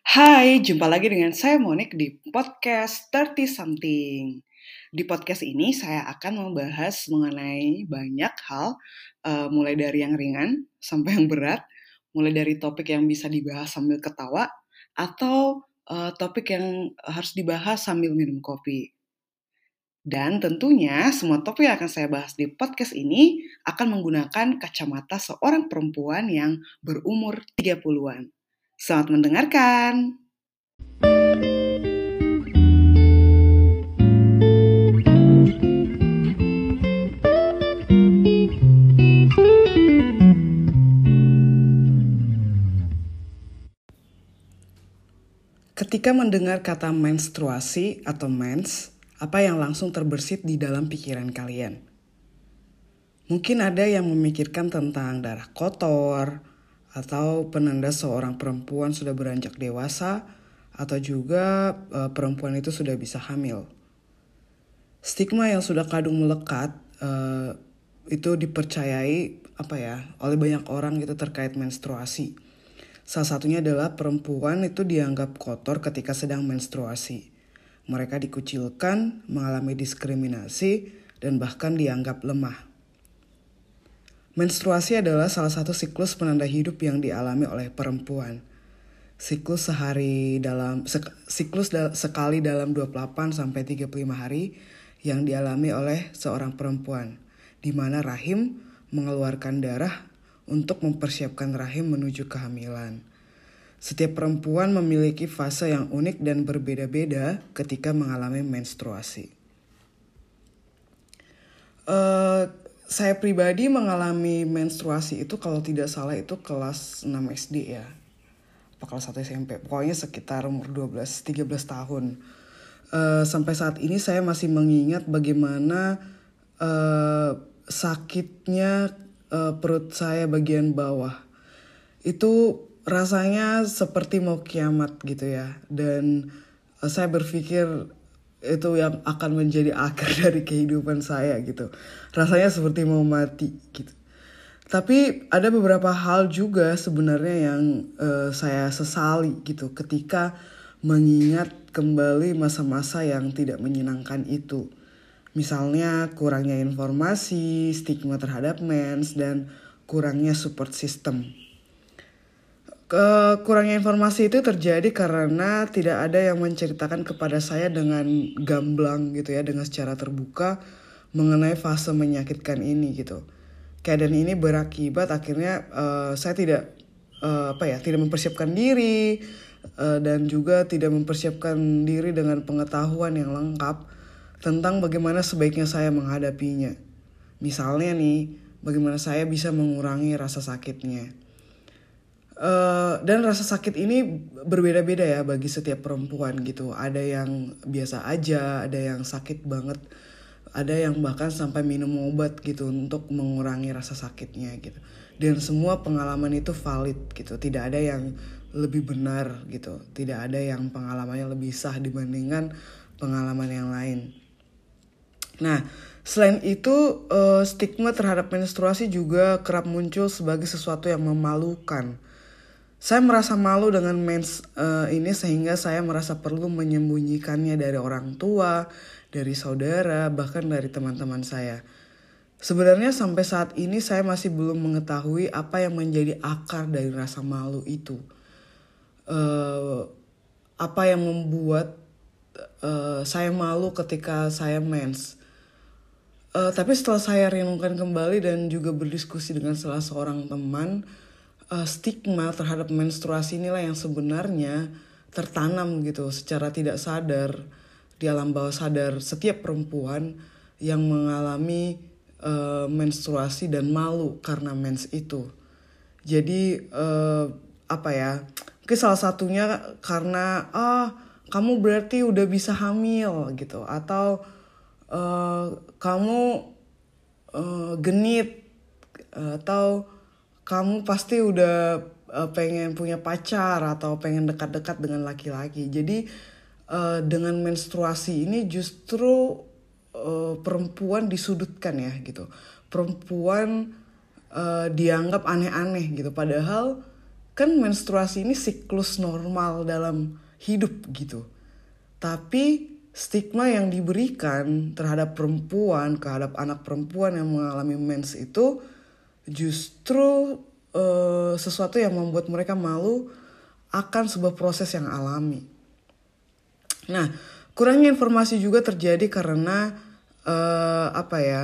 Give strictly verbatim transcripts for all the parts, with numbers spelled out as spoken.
Hai, jumpa lagi dengan saya Monik di podcast thirty something. Di podcast ini saya akan membahas mengenai banyak hal, uh, mulai dari yang ringan sampai yang berat, mulai dari topik yang bisa dibahas sambil ketawa, atau uh, topik yang harus dibahas sambil minum kopi. Dan tentunya semua topik yang akan saya bahas di podcast ini akan menggunakan kacamata seorang perempuan yang berumur tiga puluhan. Selamat mendengarkan! Ketika mendengar kata menstruasi atau mens, apa yang langsung terbersit di dalam pikiran kalian? Mungkin ada yang memikirkan tentang darah kotor, atau penanda seorang perempuan sudah beranjak dewasa, atau juga e, perempuan itu sudah bisa hamil. Stigma yang sudah kadung melekat e, itu dipercayai apa ya oleh banyak orang gitu terkait menstruasi. Salah satunya adalah perempuan itu dianggap kotor ketika sedang menstruasi. Mereka dikucilkan, mengalami diskriminasi, dan bahkan dianggap lemah. Menstruasi adalah salah satu siklus penanda hidup yang dialami oleh perempuan. Siklus sehari dalam sek, siklus da, sekali dalam dua puluh delapan sampai tiga puluh lima hari yang dialami oleh seorang perempuan, di mana rahim mengeluarkan darah untuk mempersiapkan rahim menuju kehamilan. Setiap perempuan memiliki fase yang unik dan berbeda-beda ketika mengalami menstruasi. Uh, saya pribadi mengalami menstruasi itu kalau tidak salah itu kelas enam S D ya. Apa kelas satu S M P. Pokoknya sekitar umur dua belas tiga belas tahun. Uh, sampai saat ini saya masih mengingat bagaimana uh, sakitnya uh, perut saya bagian bawah. Itu rasanya seperti mau kiamat gitu ya. Dan uh, saya berpikir itu yang akan menjadi akhir dari kehidupan saya gitu. Rasanya seperti mau mati gitu. Tapi ada beberapa hal juga sebenarnya yang uh, saya sesali gitu ketika mengingat kembali masa-masa yang tidak menyenangkan itu. Misalnya kurangnya informasi, stigma terhadap mens, dan kurangnya support system. Kurangnya informasi itu terjadi karena tidak ada yang menceritakan kepada saya dengan gamblang gitu ya, dengan secara terbuka mengenai fase menyakitkan ini gitu. Keadaan ini berakibat akhirnya uh, saya tidak uh, apa ya, tidak mempersiapkan diri uh, dan juga tidak mempersiapkan diri dengan pengetahuan yang lengkap tentang bagaimana sebaiknya saya menghadapinya. Misalnya nih, bagaimana saya bisa mengurangi rasa sakitnya. Uh, dan rasa sakit ini berbeda-beda ya bagi setiap perempuan gitu. Ada yang biasa aja, ada yang sakit banget, ada yang bahkan sampai minum obat gitu untuk mengurangi rasa sakitnya gitu. Dan semua pengalaman itu valid gitu. Tidak ada yang lebih benar gitu. Tidak ada yang pengalamannya lebih sah dibandingkan pengalaman yang lain. Nah, selain itu uh, stigma terhadap menstruasi juga kerap muncul sebagai sesuatu yang memalukan. Saya merasa malu dengan mens uh, ini sehingga saya merasa perlu menyembunyikannya dari orang tua, dari saudara, bahkan dari teman-teman saya. Sebenarnya sampai saat ini saya masih belum mengetahui apa yang menjadi akar dari rasa malu itu. Uh, apa yang membuat uh, saya malu ketika saya mens. Uh, tapi setelah saya renungkan kembali dan juga berdiskusi dengan salah seorang teman, Uh, stigma terhadap menstruasi inilah yang sebenarnya tertanam gitu secara tidak sadar di alam bawah sadar setiap perempuan yang mengalami uh, menstruasi dan malu karena mens itu. Jadi uh, apa ya? Mungkin salah satunya karena ah kamu berarti udah bisa hamil gitu, atau uh, kamu uh, genit, atau kamu pasti udah uh, pengen punya pacar atau pengen dekat-dekat dengan laki-laki. Jadi uh, dengan menstruasi ini justru uh, perempuan disudutkan ya gitu. Perempuan uh, dianggap aneh-aneh gitu. Padahal kan menstruasi ini siklus normal dalam hidup gitu. Tapi stigma yang diberikan terhadap perempuan, terhadap anak perempuan yang mengalami mens itu justru uh, sesuatu yang membuat mereka malu akan sebuah proses yang alami. Nah, kurangnya informasi juga terjadi karena uh, apa ya?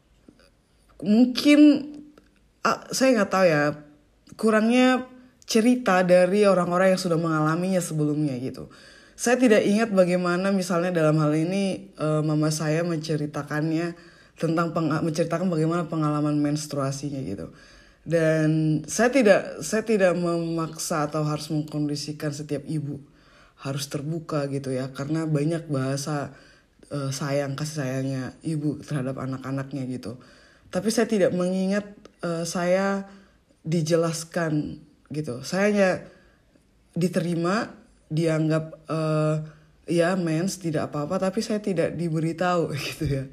Mungkin uh, saya nggak tahu ya, kurangnya cerita dari orang-orang yang sudah mengalaminya sebelumnya gitu. Saya tidak ingat bagaimana misalnya dalam hal ini uh, mama saya menceritakannya tentang peng- menceritakan bagaimana pengalaman menstruasinya gitu. Dan saya tidak saya tidak memaksa atau harus mengkondisikan setiap ibu harus terbuka gitu ya, karena banyak bahasa uh, sayang kasih sayangnya ibu terhadap anak-anaknya gitu. Tapi saya tidak mengingat uh, saya dijelaskan gitu. Saya hanya diterima, dianggap uh, ya mens tidak apa-apa, tapi saya tidak diberitahu gitu ya.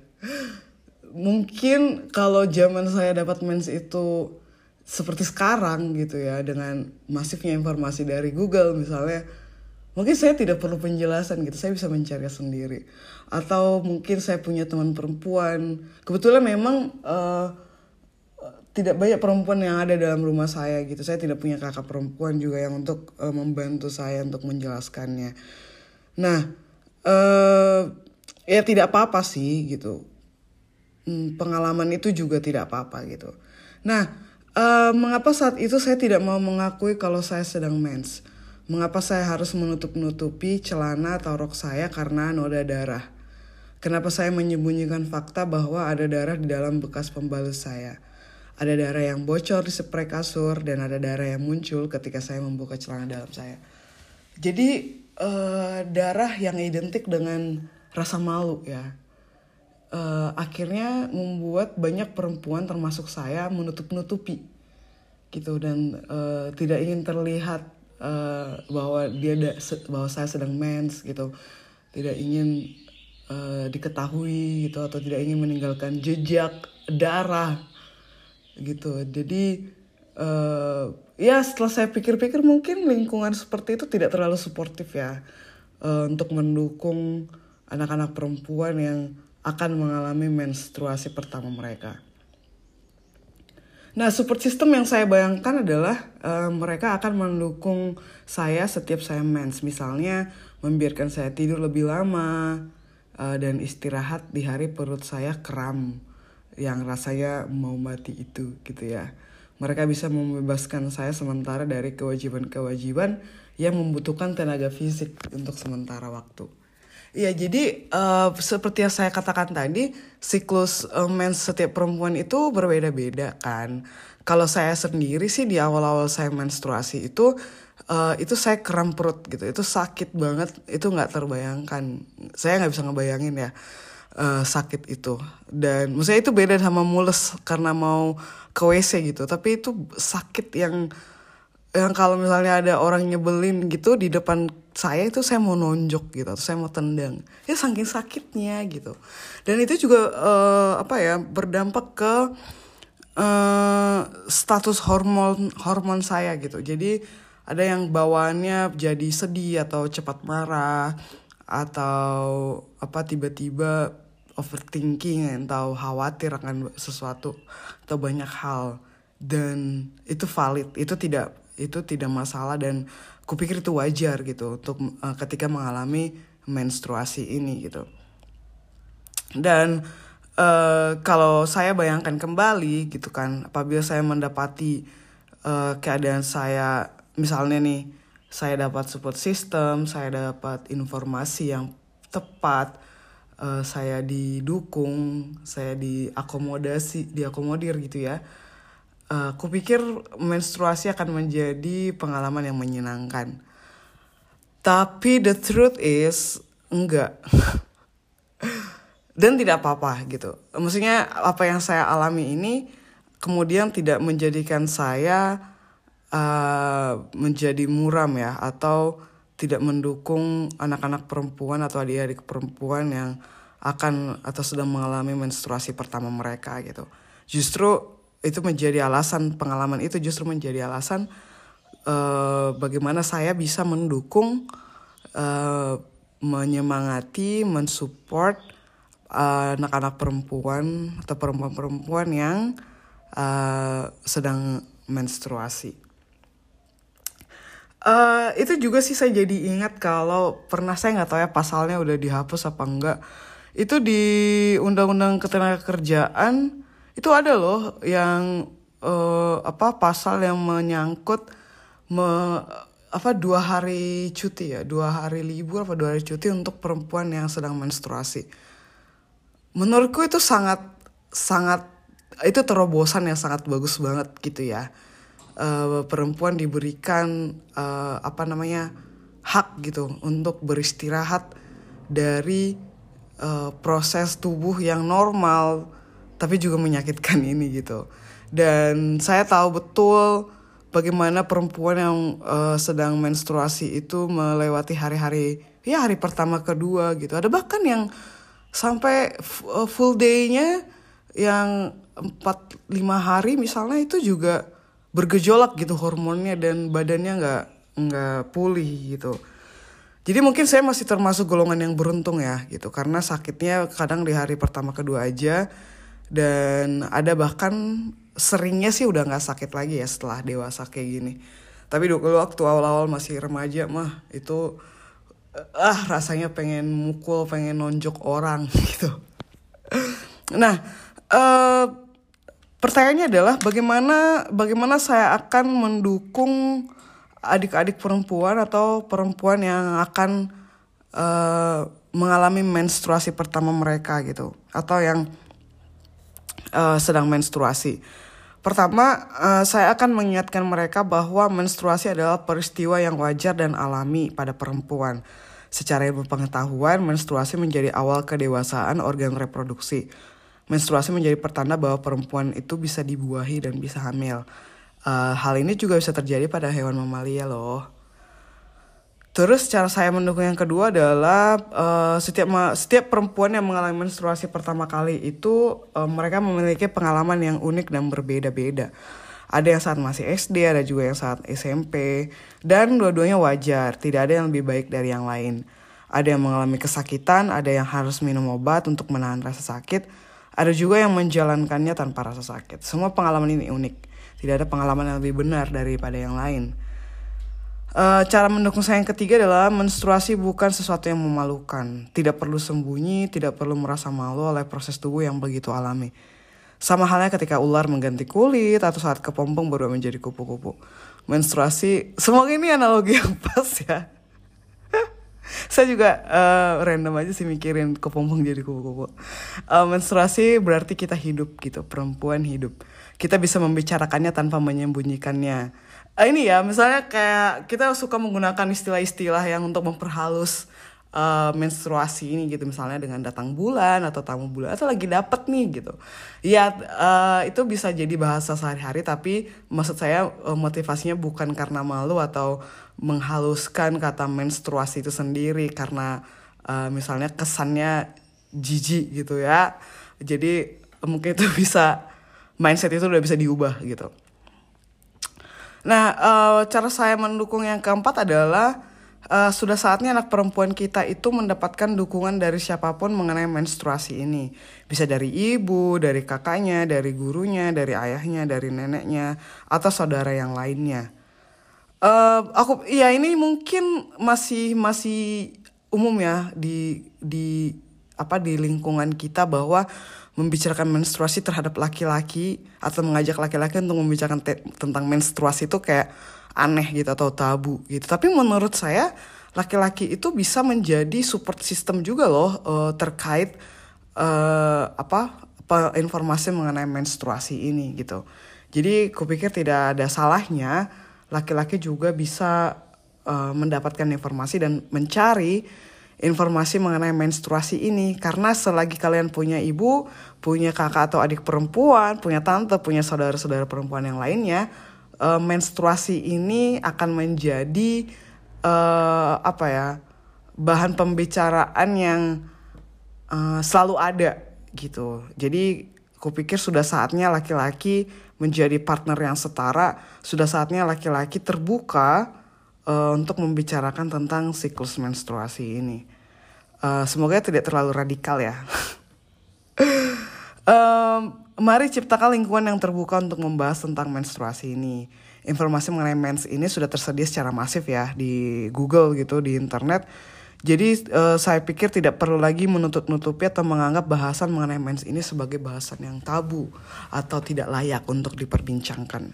Mungkin kalau zaman saya dapat mens itu seperti sekarang gitu ya, dengan masifnya informasi dari Google misalnya, mungkin saya tidak perlu penjelasan gitu, saya bisa mencari sendiri. Atau mungkin saya punya teman perempuan, kebetulan memang uh, tidak banyak perempuan yang ada dalam rumah saya gitu. Saya tidak punya kakak perempuan juga yang untuk uh, membantu saya untuk menjelaskannya. Nah, uh, ya tidak apa-apa sih gitu. Hmm, pengalaman itu juga tidak apa-apa gitu. Nah, uh, mengapa saat itu saya tidak mau mengakui kalau saya sedang mens? Mengapa saya harus menutup-nutupi celana atau rok saya karena noda darah? Kenapa saya menyembunyikan fakta bahwa ada darah di dalam bekas pembalut saya? Ada darah yang bocor di spray kasur dan ada darah yang muncul ketika saya membuka celana dalam saya. Jadi uh, darah yang identik dengan rasa malu ya. Uh, akhirnya membuat banyak perempuan termasuk saya menutup-nutupi gitu, dan uh, tidak ingin terlihat uh, bahwa dia da, bahwa saya sedang mens gitu. Tidak ingin uh, diketahui gitu, atau tidak ingin meninggalkan jejak darah gitu. Jadi uh, ya setelah saya pikir-pikir mungkin lingkungan seperti itu tidak terlalu suportif ya uh, untuk mendukung anak-anak perempuan yang akan mengalami menstruasi pertama mereka. Nah, support system yang saya bayangkan adalah uh, mereka akan mendukung saya setiap saya mens. Misalnya membiarkan saya tidur lebih lama uh, dan istirahat di hari perut saya kram yang rasanya mau mati itu gitu ya. Mereka bisa membebaskan saya sementara dari kewajiban-kewajiban yang membutuhkan tenaga fisik untuk sementara waktu. Iya, jadi uh, seperti yang saya katakan tadi, siklus uh, mens setiap perempuan itu berbeda-beda kan. Kalau saya sendiri sih di awal-awal saya menstruasi itu, uh, itu saya kram perut gitu. Itu sakit banget, itu nggak terbayangkan. Saya nggak bisa ngebayangin ya. Uh, sakit itu, dan maksudnya itu beda sama mules karena mau ke W C gitu, tapi itu sakit yang yang kalau misalnya ada orang nyebelin gitu di depan saya itu saya mau nonjok gitu, atau saya mau tendang ya saking sakitnya gitu. Dan itu juga uh, apa ya berdampak ke uh, status hormon hormon saya gitu. Jadi ada yang bawaannya jadi sedih atau cepat marah, atau apa tiba-tiba overthinking atau khawatir akan sesuatu atau banyak hal, dan itu valid, itu tidak itu tidak masalah, dan kupikir itu wajar gitu untuk uh, ketika mengalami menstruasi ini gitu. Dan uh, kalau saya bayangkan kembali gitu kan, apabila saya mendapati uh, keadaan saya, misalnya nih saya dapat support system, saya dapat informasi yang tepat, Uh, saya didukung, saya diakomodasi, diakomodir gitu ya. Uh, kupikir menstruasi akan menjadi pengalaman yang menyenangkan. Tapi the truth is enggak. Dan tidak apa-apa gitu. Maksudnya apa yang saya alami ini kemudian tidak menjadikan saya uh, menjadi muram ya, atau tidak mendukung anak-anak perempuan atau adik-adik perempuan yang akan atau sedang mengalami menstruasi pertama mereka gitu. Justru itu menjadi alasan, pengalaman itu justru menjadi alasan uh, bagaimana saya bisa mendukung, uh, menyemangati, mensupport uh, anak-anak perempuan atau perempuan-perempuan yang uh, sedang menstruasi. Uh, itu juga sih saya jadi ingat kalau pernah, saya nggak tahu ya pasalnya udah dihapus apa enggak. Itu di Undang-Undang Ketenagakerjaan itu ada loh yang uh, apa pasal yang menyangkut me, apa dua hari cuti ya, dua hari libur apa dua hari cuti untuk perempuan yang sedang menstruasi. Menurutku itu sangat sangat itu terobosan yang sangat bagus banget gitu ya. Uh, perempuan diberikan uh, apa namanya hak gitu untuk beristirahat dari uh, proses tubuh yang normal tapi juga menyakitkan ini gitu. Dan saya tahu betul bagaimana perempuan yang uh, sedang menstruasi itu melewati hari-hari, ya hari pertama kedua gitu. Ada bahkan yang sampai f- uh, full day-nya yang empat lima hari misalnya itu juga bergejolak gitu hormonnya dan badannya nggak nggak pulih gitu. Jadi mungkin saya masih termasuk golongan yang beruntung ya gitu, karena sakitnya kadang di hari pertama kedua aja, dan ada bahkan seringnya sih udah nggak sakit lagi ya setelah dewasa kayak gini. Tapi dulu waktu awal-awal masih remaja mah itu ah rasanya pengen mukul, pengen nonjok orang gitu. Nah, uh, pertanyaannya adalah bagaimana bagaimana saya akan mendukung adik-adik perempuan atau perempuan yang akan uh, mengalami menstruasi pertama mereka gitu, atau yang uh, sedang menstruasi. Pertama, uh, saya akan mengingatkan mereka bahwa menstruasi adalah peristiwa yang wajar dan alami pada perempuan. Secara ilmu pengetahuan, menstruasi menjadi awal kedewasaan organ reproduksi. Menstruasi menjadi pertanda bahwa perempuan itu bisa dibuahi dan bisa hamil. Uh, hal ini juga bisa terjadi pada hewan mamalia loh. Terus cara saya mendukung yang kedua adalah uh, setiap ma- setiap perempuan yang mengalami menstruasi pertama kali itu uh, mereka memiliki pengalaman yang unik dan berbeda-beda. Ada yang saat masih S D, ada juga yang saat S M P, dan dua-duanya wajar. Tidak ada yang lebih baik dari yang lain. Ada yang mengalami kesakitan, ada yang harus minum obat untuk menahan rasa sakit. Ada juga yang menjalankannya tanpa rasa sakit. Semua pengalaman ini unik. Tidak ada pengalaman yang lebih benar daripada yang lain. Uh, cara mendukung saya yang ketiga adalah menstruasi bukan sesuatu yang memalukan. Tidak perlu sembunyi, tidak perlu merasa malu oleh proses tubuh yang begitu alami. Sama halnya ketika ular mengganti kulit atau saat kepompong baru menjadi kupu-kupu. Menstruasi, semoga ini analogi yang pas ya. Saya juga uh, random aja sih mikirin kepompong jadi kupu-kupu. Uh, menstruasi berarti kita hidup gitu, perempuan hidup. Kita bisa membicarakannya tanpa menyembunyikannya. Uh, ini ya, misalnya kayak kita suka menggunakan istilah-istilah yang untuk memperhalus uh, menstruasi ini gitu. Misalnya dengan datang bulan atau tamu bulan atau lagi dapet nih gitu. Ya uh, itu bisa jadi bahasa sehari-hari, tapi maksud saya uh, motivasinya bukan karena malu atau menghaluskan kata menstruasi itu sendiri karena uh, misalnya kesannya jijik gitu ya. Jadi mungkin itu bisa, mindset itu udah bisa diubah gitu. Nah, uh, cara saya mendukung yang keempat adalah uh, sudah saatnya anak perempuan kita itu mendapatkan dukungan dari siapapun mengenai menstruasi ini. Bisa dari ibu, dari kakaknya, dari gurunya, dari ayahnya, dari neneknya, atau saudara yang lainnya. Uh, aku ya ini mungkin masih masih umum ya di di apa di lingkungan kita bahwa membicarakan menstruasi terhadap laki-laki atau mengajak laki-laki untuk membicarakan te- tentang menstruasi itu kayak aneh gitu atau tabu gitu. Tapi menurut saya laki-laki itu bisa menjadi support system juga loh uh, terkait uh, apa, apa informasi mengenai menstruasi ini gitu. Jadi kupikir tidak ada salahnya laki-laki juga bisa uh, mendapatkan informasi dan mencari informasi mengenai menstruasi ini. Karena selagi kalian punya ibu, punya kakak atau adik perempuan, punya tante, punya saudara-saudara perempuan yang lainnya, uh, menstruasi ini akan menjadi uh, apa ya, bahan pembicaraan yang uh, selalu ada gitu. Jadi kupikir sudah saatnya laki-laki menjadi partner yang setara, sudah saatnya laki-laki terbuka uh, untuk membicarakan tentang siklus menstruasi ini. Uh, semoga tidak terlalu radikal ya. um, mari ciptakan lingkungan yang terbuka untuk membahas tentang menstruasi ini. Informasi mengenai mens ini sudah tersedia secara masif ya di Google gitu, di internet. Jadi uh, saya pikir tidak perlu lagi menutup-nutupi atau menganggap bahasan mengenai mens ini sebagai bahasan yang tabu atau tidak layak untuk diperbincangkan.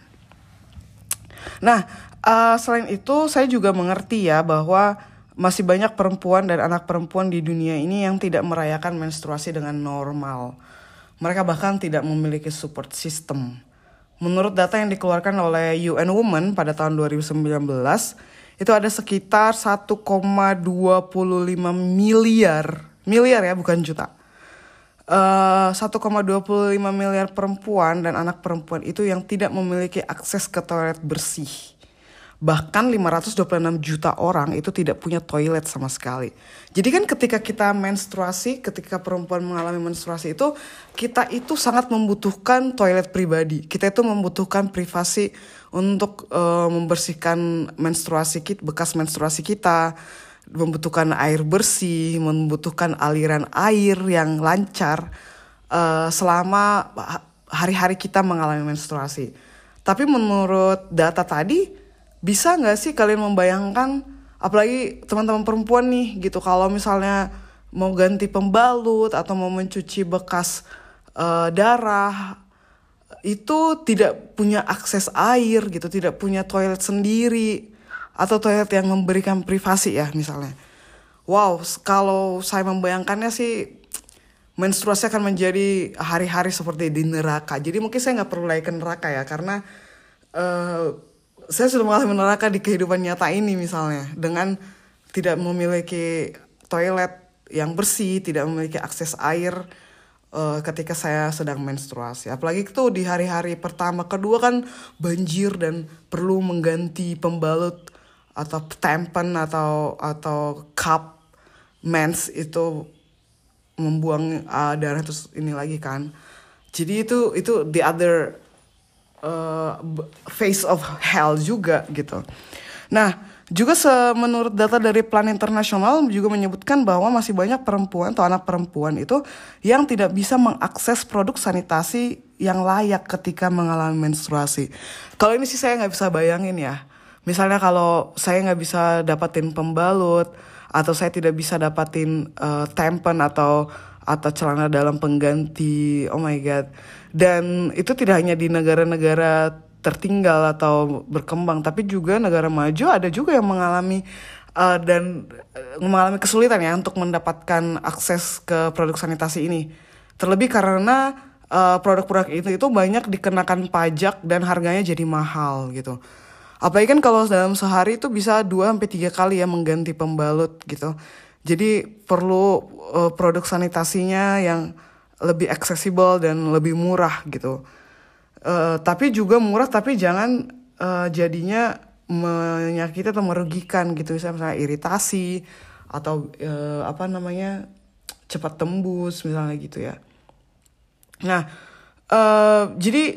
Nah, uh, selain itu saya juga mengerti ya bahwa masih banyak perempuan dan anak perempuan di dunia ini yang tidak merayakan menstruasi dengan normal. Mereka bahkan tidak memiliki support system. Menurut data yang dikeluarkan oleh U N Women pada tahun dua ribu sembilan belas, itu ada sekitar satu koma dua lima miliar, miliar ya bukan juta. Uh, satu koma dua lima miliar perempuan dan anak perempuan itu yang tidak memiliki akses ke toilet bersih. Bahkan lima ratus dua puluh enam juta orang itu tidak punya toilet sama sekali. Jadi kan ketika kita menstruasi, ketika perempuan mengalami menstruasi itu, kita itu sangat membutuhkan toilet pribadi. Kita itu membutuhkan privasi untuk uh, membersihkan menstruasi kita, bekas menstruasi kita, membutuhkan air bersih, membutuhkan aliran air yang lancar uh, selama hari-hari kita mengalami menstruasi. Tapi menurut data tadi, bisa nggak sih kalian membayangkan, apalagi teman-teman perempuan nih gitu, kalau misalnya mau ganti pembalut atau mau mencuci bekas uh, darah, itu tidak punya akses air gitu, tidak punya toilet sendiri atau toilet yang memberikan privasi ya misalnya. Wow, kalau saya membayangkannya sih menstruasi akan menjadi hari-hari seperti di neraka. Jadi mungkin saya nggak perlu lagi ke neraka ya, karena uh, saya sudah mengalami neraka di kehidupan nyata ini misalnya, dengan tidak memiliki toilet yang bersih, tidak memiliki akses air uh, ketika saya sedang menstruasi. Apalagi itu di hari-hari pertama, kedua kan banjir dan perlu mengganti pembalut atau tampon atau atau cup mens itu membuang uh, darah terus ini lagi kan. Jadi itu itu the other Uh, face of hell juga gitu. Nah, juga se- menurut data dari Plan Internasional juga menyebutkan bahwa masih banyak perempuan atau anak perempuan itu yang tidak bisa mengakses produk sanitasi yang layak ketika mengalami menstruasi. Kalau ini sih saya nggak bisa bayangin ya. Misalnya kalau saya nggak bisa dapatin pembalut, atau saya tidak bisa dapatin uh, tampon atau atau celana dalam pengganti, oh my god. Dan itu tidak hanya di negara-negara tertinggal atau berkembang, tapi juga negara maju ada juga yang mengalami uh, dan uh, mengalami kesulitan ya untuk mendapatkan akses ke produk sanitasi ini. Terlebih karena uh, produk-produk itu itu banyak dikenakan pajak dan harganya jadi mahal gitu. Apalagi kan kalau dalam sehari itu bisa dua sampai tiga kali ya mengganti pembalut gitu. Jadi perlu uh, produk sanitasinya yang lebih aksesibel dan lebih murah gitu. Uh, tapi juga murah, tapi jangan uh, jadinya menyakiti atau merugikan gitu. Misalnya iritasi atau uh, apa namanya cepat tembus misalnya gitu ya. Nah, uh, jadi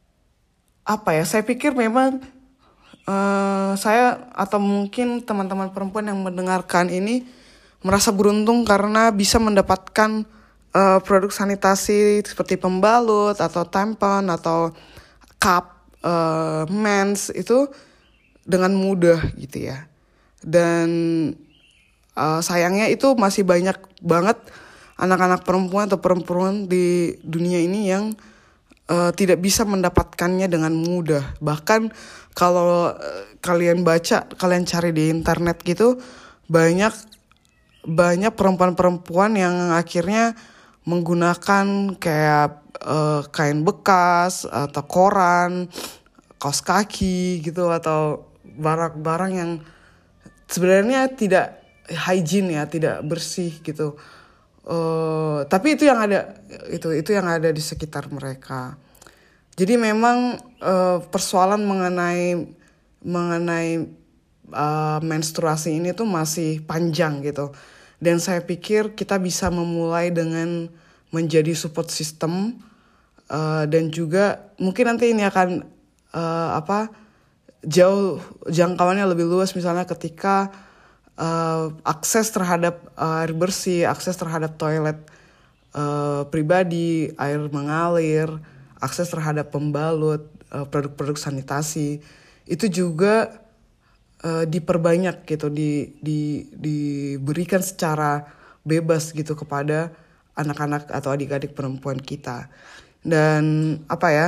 apa ya? Saya pikir memang uh, saya atau mungkin teman-teman perempuan yang mendengarkan ini merasa beruntung karena bisa mendapatkan Uh, produk sanitasi seperti pembalut atau tampon atau cup uh, mens itu dengan mudah gitu ya. Dan uh, sayangnya itu masih banyak banget anak-anak perempuan atau perempuan di dunia ini yang uh, tidak bisa mendapatkannya dengan mudah. Bahkan kalau uh, kalian baca, kalian cari di internet gitu, banyak banyak perempuan-perempuan yang akhirnya menggunakan kayak uh, kain bekas atau koran, kaos kaki gitu, atau barang-barang yang sebenarnya tidak hygiene ya, tidak bersih gitu. Uh, tapi itu yang ada itu itu yang ada di sekitar mereka. Jadi memang uh, persoalan mengenai mengenai uh, menstruasi ini tuh masih panjang gitu. Dan saya pikir kita bisa memulai dengan menjadi support system uh, dan juga mungkin nanti ini akan uh, apa jauh jangkauannya lebih luas, misalnya ketika uh, akses terhadap uh, air bersih, akses terhadap toilet uh, pribadi, air mengalir, akses terhadap pembalut, uh, produk-produk sanitasi itu juga uh, diperbanyak gitu, di, di, diberikan secara bebas gitu kepada anak-anak atau adik-adik perempuan kita. Dan apa ya,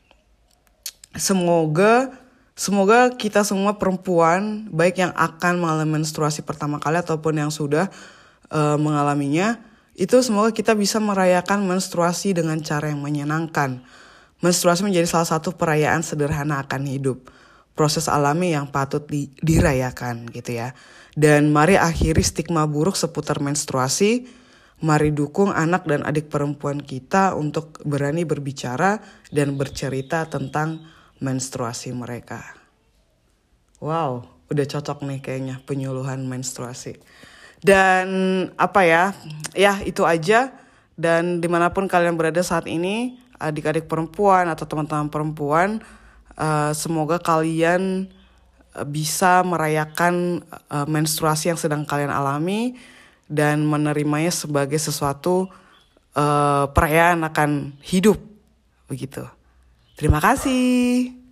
semoga semoga kita semua perempuan, baik yang akan mengalami menstruasi pertama kali ataupun yang sudah uh, mengalaminya, itu semoga kita bisa merayakan menstruasi dengan cara yang menyenangkan. Menstruasi menjadi salah satu perayaan sederhana akan hidup, proses alami yang patut di, dirayakan gitu ya. Dan mari akhiri stigma buruk seputar menstruasi. Mari dukung anak dan adik perempuan kita untuk berani berbicara dan bercerita tentang menstruasi mereka. Wow, udah cocok nih kayaknya penyuluhan menstruasi. Dan apa ya, ya itu aja. Dan dimanapun kalian berada saat ini, adik-adik perempuan atau teman-teman perempuan, uh, semoga kalian bisa merayakan uh, menstruasi yang sedang kalian alami dan menerimanya sebagai sesuatu uh, perayaan akan hidup begitu. Terima kasih.